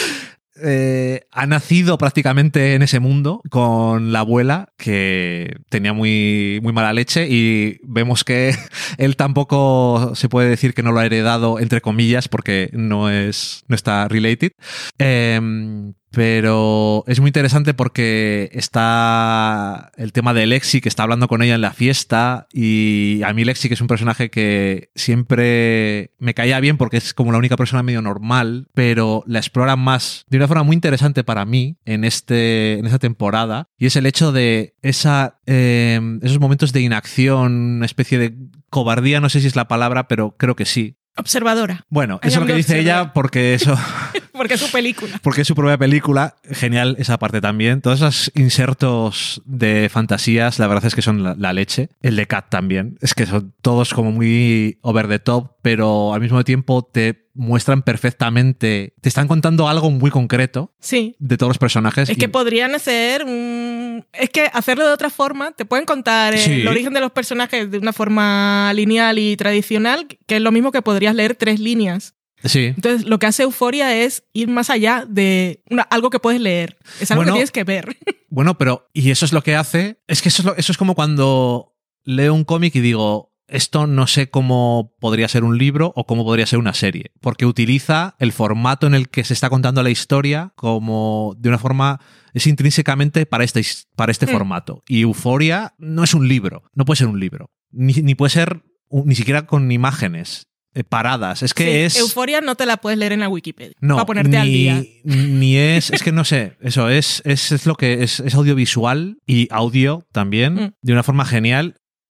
eh, ha nacido prácticamente en ese mundo con la abuela que tenía muy, muy mala leche y vemos que él tampoco se puede decir que no lo ha heredado, entre comillas, porque no, es, no está related. Eh, pero es muy interesante porque está el tema de Lexi, que está hablando con ella en la fiesta, y a mí Lexi, que es un personaje que siempre me caía bien porque es como la única persona medio normal, pero la exploran más de una forma muy interesante para mí en, este, en esta temporada, y es el hecho de esa, eh, esos momentos de inacción, una especie de cobardía, no sé si es la palabra, pero creo que sí. Observadora. Bueno, I eso es am lo que the dice observer. ella porque eso... Porque es su película. Porque es su propia película, genial esa parte también. Todos esos insertos de fantasías, la verdad es que son la, la leche. El de Cat también. Es que son todos como muy over the top, pero al mismo tiempo te muestran perfectamente, te están contando algo muy concreto Sí. de todos los personajes. Es y- que podrían hacer un... Es que hacerlo de otra forma, te pueden contar eh, Sí. el origen de los personajes de una forma lineal y tradicional, que es lo mismo que podrías leer tres líneas. Sí. Entonces, lo que hace Euphoria es ir más allá de una- algo que puedes leer. Es algo Bueno, que tienes que ver. Bueno, pero, y eso es lo que hace, es que eso es, lo- eso es como cuando leo un cómic y digo, esto no sé cómo podría ser un libro o cómo podría ser una serie, porque utiliza el formato en el que se está contando la historia como de una forma, es intrínsecamente para este, para este Mm. formato. Y Euphoria no es un libro, no puede ser un libro, ni, ni puede ser un- ni siquiera con imágenes eh, paradas, es que Sí, es... Euforia no te la puedes leer en la Wikipedia. No, para ponerte ni, al día. ni es, es que no sé, eso es, es, es lo que es, es audiovisual y audio también, Mm. de una forma genial.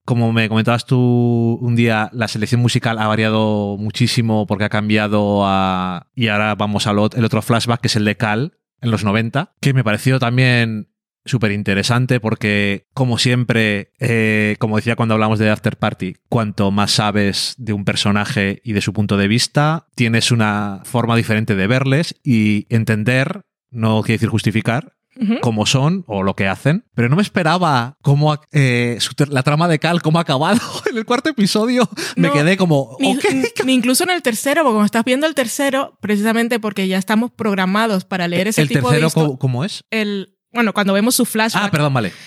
como me comentabas tú un día, la selección musical ha variado muchísimo porque ha cambiado a... Y ahora vamos al el otro flashback, que es el de Cal, en los noventa, que me pareció también súper interesante porque, como siempre, eh, como decía cuando hablamos de After Party, cuanto más sabes de un personaje y de su punto de vista, tienes una forma diferente de verles y entender, no quiere decir justificar, Uh-huh. cómo son o lo que hacen, pero no me esperaba cómo eh, su, la trama de Cal, cómo ha acabado en el cuarto episodio. No, me quedé como... Ni, okay. ni incluso en el tercero, porque como estás viendo el tercero, precisamente porque ya estamos programados para leer ese ¿El tipo tercero de historia. ¿Cómo es? El, bueno, cuando vemos su flashback. Ah, perdón, vale.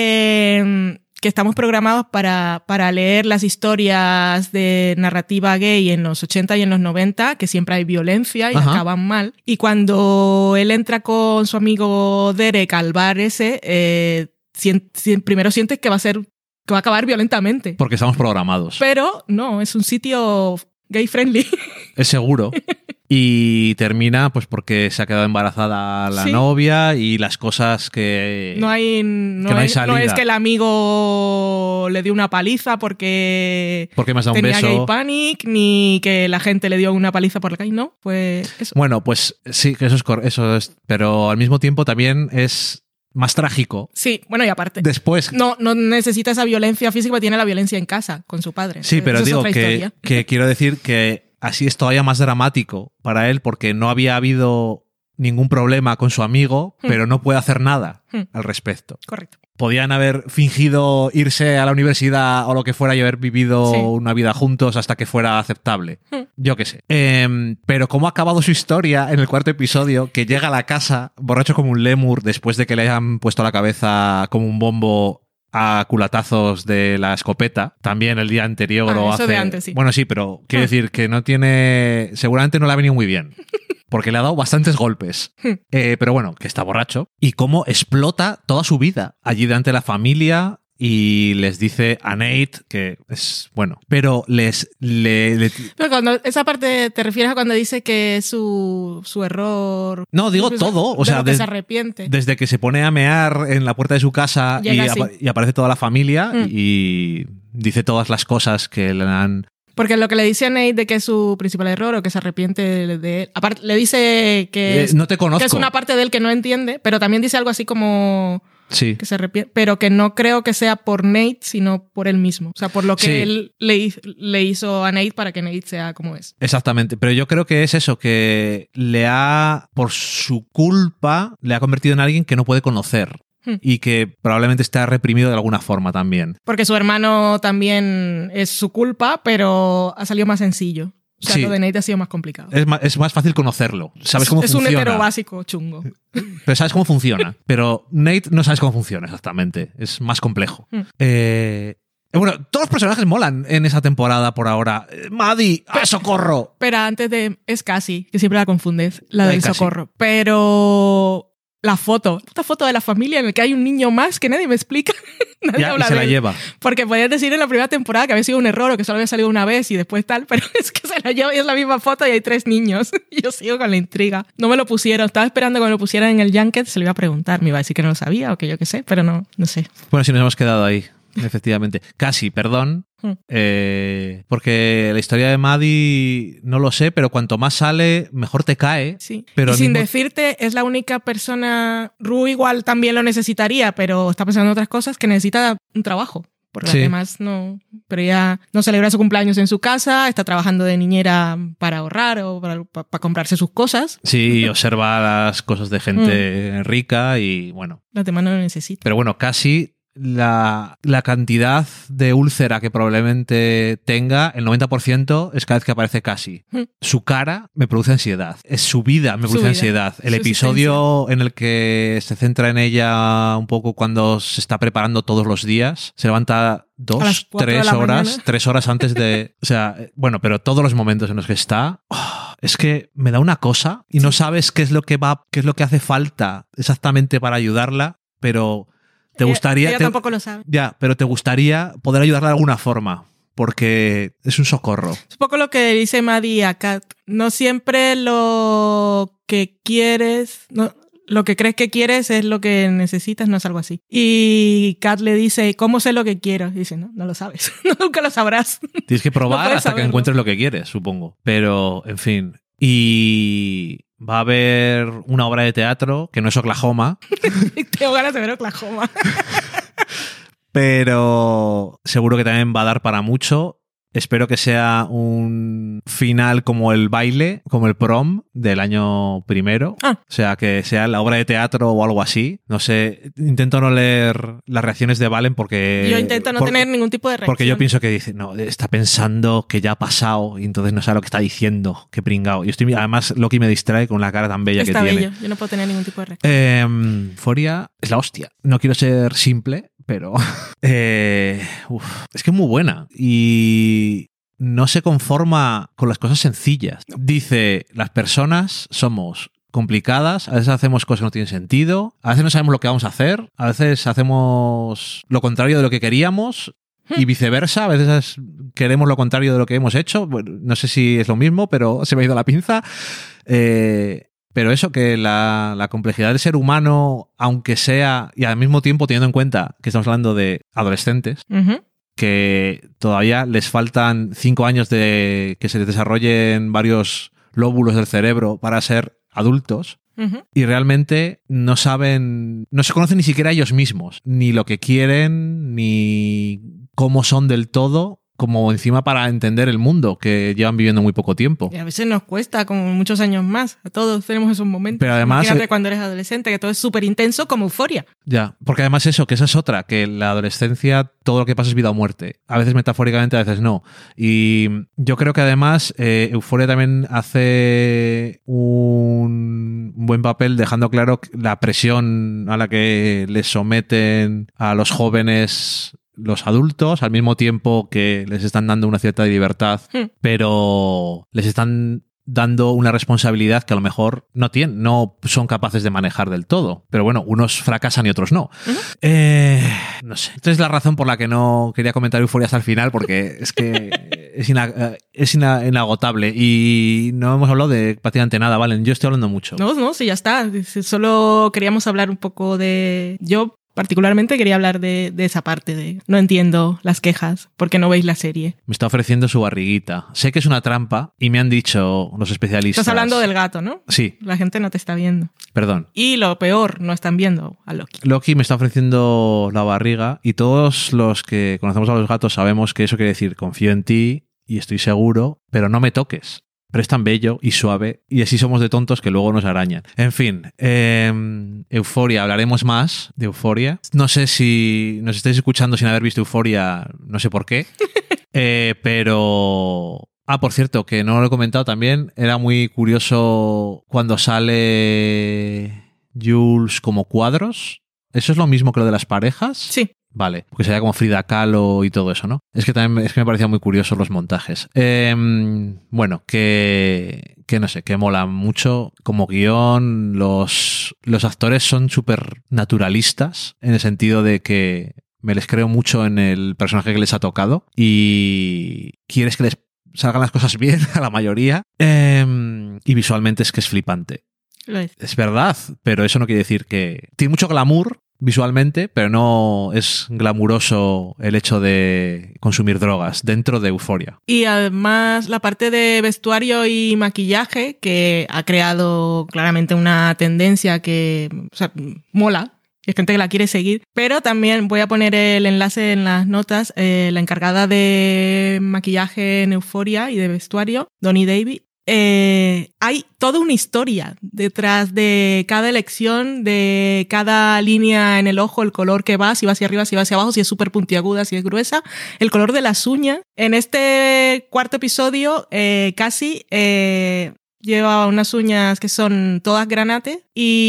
Eh, que estamos programados para, para leer las historias de narrativa gay en los ochenta y en los noventa, que siempre hay violencia y Ajá. acaban mal. Y cuando él entra con su amigo Derek al bar ese, eh, si, si, primero sientes que va a ser que va a acabar violentamente. Porque estamos programados. Pero no, es un sitio gay friendly. Es seguro. Y termina pues porque se ha quedado embarazada la sí. novia y las cosas que no hay no, que no, hay es, no es que el amigo le dio una paliza porque, porque me has dado tenía un beso. Gay panic, ni que la gente le dio una paliza por la calle, no, pues eso. Bueno, pues sí, que eso es, eso es, pero al mismo tiempo también es más trágico. Sí, bueno, y aparte. Después. No, no necesita esa violencia física, porque tiene la violencia en casa con su padre. Sí, pero eso digo es que, que quiero decir que así es todavía más dramático para él porque no había habido ningún problema con su amigo, hmm. pero no puede hacer nada hmm. al respecto. Correcto. Podían haber fingido irse a la universidad o lo que fuera y haber vivido sí. una vida juntos hasta que fuera aceptable. Hmm. Yo qué sé. Eh, pero cómo ha acabado su historia en el cuarto episodio, que llega a la casa borracho como un lémur después de que le hayan puesto la cabeza como un bombo a culatazos de la escopeta, también el día anterior ah, o eso hace... de antes, sí. Bueno, sí, pero quiero ah. decir que no tiene... Seguramente no le ha venido muy bien, porque le ha dado bastantes golpes. eh, pero bueno, que está borracho. Y cómo explota toda su vida allí delante de la familia y les dice a Nate que es bueno, pero les... Le, le... Pero cuando esa parte te refieres a cuando dice que es su, su error... No, digo todo. O sea, que des, se arrepiente. Desde que se pone a mear en la puerta de su casa y, apa y aparece toda la familia mm. y dice todas las cosas que le han... Porque lo que le dice a Nate de que es su principal error o que se arrepiente de, de él... Aparte, le dice que es, eh, no te conozco. que es una parte de él que no entiende, pero también dice algo así como... Sí. Que se arrepiente, pero que no creo que sea por Nate, sino por él mismo. O sea, por lo que sí. él le, le hizo a Nate para que Nate sea como es. Exactamente, pero yo creo que es eso, que le ha, por su culpa, le ha convertido en alguien que no puede conocer. Hmm. Y que probablemente está reprimido de alguna forma también. Porque su hermano también es su culpa, pero ha salido más sencillo. O sea, sí. lo de Nate ha sido más complicado. Es más, es más fácil conocerlo. Sabes cómo es funciona. Es un hetero básico chungo. Pero sabes cómo funciona. Pero Nate no sabes cómo funciona exactamente. Es más complejo. Mm. Eh, bueno, todos los personajes molan en esa temporada por ahora. Maddie, ¡ah, socorro! Pero antes de... Es Cassie, que siempre la confundes, la, la del Cassie. socorro. Pero... La foto, esta foto de la familia en la que hay un niño más que nadie me explica. nadie ya, habla y se de la él. lleva. Porque podías decir en la primera temporada que había sido un error o que solo había salido una vez y después tal, pero es que se la lleva y es la misma foto y hay tres niños. Y yo sigo con la intriga. No me lo pusieron, estaba esperando que me lo pusieran en el Junket, se lo iba a preguntar, me iba a decir que no lo sabía o que yo qué sé, pero no, no sé. Bueno, si nos hemos quedado ahí. Efectivamente. Casi, perdón. Eh, porque la historia de Maddie no lo sé, pero cuanto más sale, mejor te cae. Sí. Pero y sin mismo... decirte, es la única persona. Ru igual también lo necesitaría, pero está pensando en otras cosas que necesita un trabajo. Porque sí. además no. Pero ella no celebra su cumpleaños en su casa, está trabajando de niñera para ahorrar o para, para, para comprarse sus cosas. Sí, observa las cosas de gente mm. rica y bueno. Los demás no lo necesita. Pero bueno, casi. La, la cantidad de úlcera que probablemente tenga, el noventa por ciento es cada vez que aparece Cassie. Mm. Su cara me produce ansiedad. Es su vida me produce vida. ansiedad. El su episodio en el que se centra en ella un poco cuando se está preparando todos los días, se levanta dos, tres horas, mañana. tres horas antes de... O sea, bueno, pero todos los momentos en los que está... Oh, es que me da una cosa y no sabes qué es lo que va, qué es lo que hace falta exactamente para ayudarla, pero... Te gustaría, ella, ella te, tampoco lo sabe. Ya, pero te gustaría poder ayudarla de alguna forma, porque es un socorro. Es un poco lo que dice Maddie a Kat. No siempre lo que quieres... No, Lo que crees que quieres es lo que necesitas, no es algo así. Y Kat le dice, ¿cómo sé lo que quiero? Y dice, no, no lo sabes. Nunca lo sabrás. Tienes que probar no hasta saberlo. que encuentres lo que quieres, supongo. Pero, en fin. Y va a haber una obra de teatro que no es Oklahoma. Tengo ganas de ver Oklahoma. Pero seguro que también va a dar para mucho. Espero que sea un final como el baile, como el prom del año primero. Ah. O sea, que sea la obra de teatro o algo así. No sé, intento no leer las reacciones de Valen porque... Yo intento no por, tener ningún tipo de reacción. Porque yo pienso que dice, no, está pensando que ya ha pasado y entonces no sabe lo que está diciendo. Qué pringao. Y estoy, además, Loki me distrae con la cara tan bella está que bello. tiene. Yo no puedo tener ningún tipo de reacción. Eh, Euphoria es la hostia. No quiero ser simple, pero eh, uf, es que es muy buena y no se conforma con las cosas sencillas. Dice, las personas somos complicadas, a veces hacemos cosas que no tienen sentido, a veces no sabemos lo que vamos a hacer, a veces hacemos lo contrario de lo que queríamos y viceversa, a veces queremos lo contrario de lo que hemos hecho. Bueno, no sé si es lo mismo, pero se me ha ido la pinza. Eh... Pero eso, que la, la complejidad del ser humano, aunque sea, y al mismo tiempo teniendo en cuenta que estamos hablando de adolescentes, Uh-huh. que todavía les faltan cinco años de que se les desarrollen varios lóbulos del cerebro para ser adultos, Uh-huh. y realmente no saben, no se conocen ni siquiera ellos mismos, ni lo que quieren, ni cómo son del todo, como encima para entender el mundo, que llevan viviendo muy poco tiempo. Y a veces nos cuesta, como muchos años más. A todos tenemos esos momentos. Pero además... Imagínate cuando eres adolescente, que todo es súper intenso, como Euphoria. Ya, porque además eso, que esa es otra, que en la adolescencia todo lo que pasa es vida o muerte. A veces metafóricamente, a veces no. Y yo creo que además eh, Euphoria también hace un buen papel dejando claro la presión a la que les someten a los jóvenes los adultos, al mismo tiempo que les están dando una cierta libertad, Hmm. pero les están dando una responsabilidad que a lo mejor no tienen, no son capaces de manejar del todo. Pero bueno, unos fracasan y otros no. Uh-huh. Eh, no sé. Esta es la razón por la que no quería comentar Euphoria hasta el final, porque es que es, ina- es ina- inagotable y no hemos hablado de prácticamente nada, ¿vale? Yo estoy hablando mucho. No, no, sí, ya está. Solo queríamos hablar un poco de... Yo particularmente quería hablar de, de esa parte de no entiendo las quejas, ¿por qué no veis la serie? Me está ofreciendo su barriguita. Sé que es una trampa y me han dicho los especialistas... Estás hablando del gato, ¿no? Sí, La gente no te está viendo. perdón. Y lo peor, no están viendo a Loki. Loki me está ofreciendo la barriga y todos los que conocemos a los gatos sabemos que eso quiere decir confío en ti y estoy seguro, pero no me toques. Pero es tan bello y suave y así somos de tontos que luego nos arañan. En fin, eh, Euphoria, hablaremos más de Euphoria. No sé si nos estáis escuchando sin haber visto Euphoria, no sé por qué, eh, pero... Ah, por cierto, que no lo he comentado también, era muy curioso cuando sale Jules como cuadros. ¿Eso es lo mismo que lo de las parejas? Sí. Vale, porque sería como Frida Kahlo y todo eso, ¿no? Es que también es que me parecían muy curiosos los montajes. Eh, bueno, que, que no sé, que mola mucho como guión. Los, los actores son súper naturalistas en el sentido de que me les creo mucho en el personaje que les ha tocado y quieres que les salgan las cosas bien a la mayoría. Eh, y visualmente es que es flipante. Lo es. Es verdad, pero eso no quiere decir que... Tiene mucho glamour visualmente, pero no es glamuroso el hecho de consumir drogas dentro de Euphoria. Y además la parte de vestuario y maquillaje, que ha creado claramente una tendencia que, o sea, mola. Hay gente que la quiere seguir, pero también voy a poner el enlace en las notas. Eh, la encargada de maquillaje en Euphoria y de vestuario, Donnie Davy, eh, hay toda una historia detrás de cada elección, de cada línea en el ojo, el color que va, si va hacia arriba, si va hacia abajo, si es súper puntiaguda, si es gruesa, el color de las uñas. En este cuarto episodio, eh, casi... Eh, lleva unas uñas que son todas granate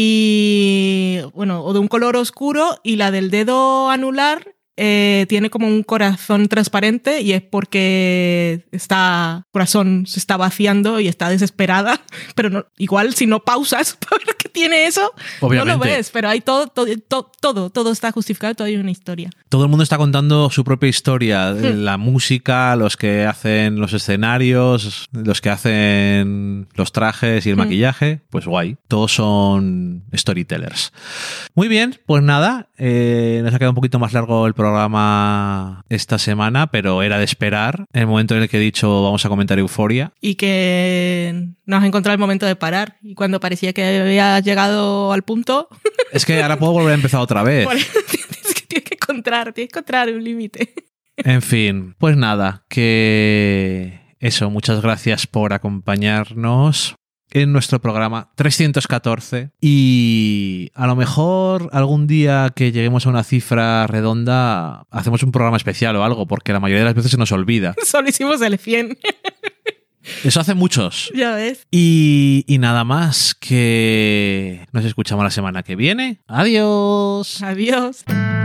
y, bueno, o de un color oscuro, y la del dedo anular eh, tiene como un corazón transparente y es porque está, el corazón se está vaciando y está desesperada, pero no, igual si no pausas, porque que tiene eso, Obviamente. no lo ves, pero hay todo, todo, todo, todo, todo está justificado, todo hay una historia. Todo el mundo está contando su propia historia. Hmm. La música, los que hacen los escenarios, los que hacen los trajes y el Hmm. maquillaje, pues guay. Todos son storytellers. Muy bien, pues nada, eh, nos ha quedado un poquito más largo el programa esta semana, pero era de esperar. En el momento en el que he dicho vamos a comentar Euforia. Y que nos ha encontrado el momento de parar. Y cuando parecía que había llegado al punto... Es que ahora puedo volver a empezar otra vez. Por eso tienes que, tienes que encontrar, tienes que encontrar un límite. En fin, pues nada, que eso, muchas gracias por acompañarnos en nuestro programa trescientos catorce y a lo mejor algún día que lleguemos a una cifra redonda hacemos un programa especial o algo, porque la mayoría de las veces se nos olvida. Solo hicimos el cien. Eso hace muchos. Ya ves. Y, y nada más, que nos escuchamos la semana que viene. Adiós. Adiós.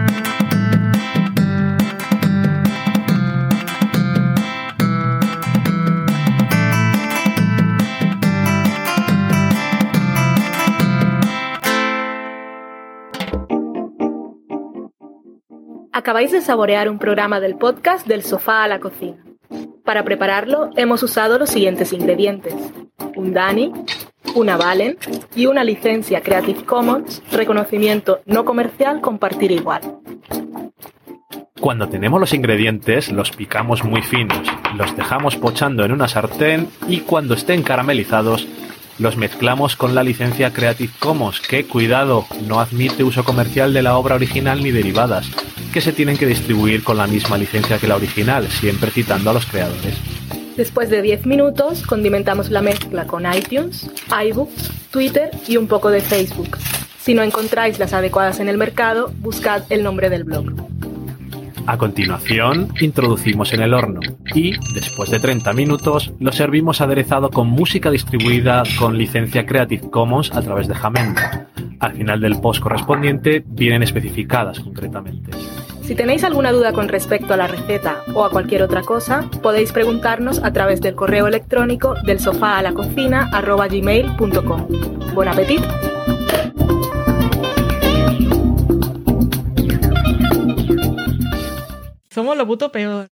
Acabáis de saborear un programa del podcast Del Sofá a la Cocina. Para prepararlo hemos usado los siguientes ingredientes: un Dani, una Valen y una licencia Creative Commons, reconocimiento no comercial, compartir igual. Cuando tenemos los ingredientes, los picamos muy finos, los dejamos pochando en una sartén y cuando estén caramelizados, los mezclamos con la licencia Creative Commons, que, cuidado, no admite uso comercial de la obra original ni derivadas, que se tienen que distribuir con la misma licencia que la original, siempre citando a los creadores. Después de diez minutos, condimentamos la mezcla con iTunes, iBooks, Twitter y un poco de Facebook. Si no encontráis las adecuadas en el mercado, buscad el nombre del blog. A continuación, introducimos en el horno y, después de treinta minutos, lo servimos aderezado con música distribuida con licencia Creative Commons a través de Jamendo. Al final del post correspondiente vienen especificadas concretamente. Si tenéis alguna duda con respecto a la receta o a cualquier otra cosa, podéis preguntarnos a través del correo electrónico del sofá a la cocina arroba gmail punto com. ¡Buen apetito! Somos lo puto peor.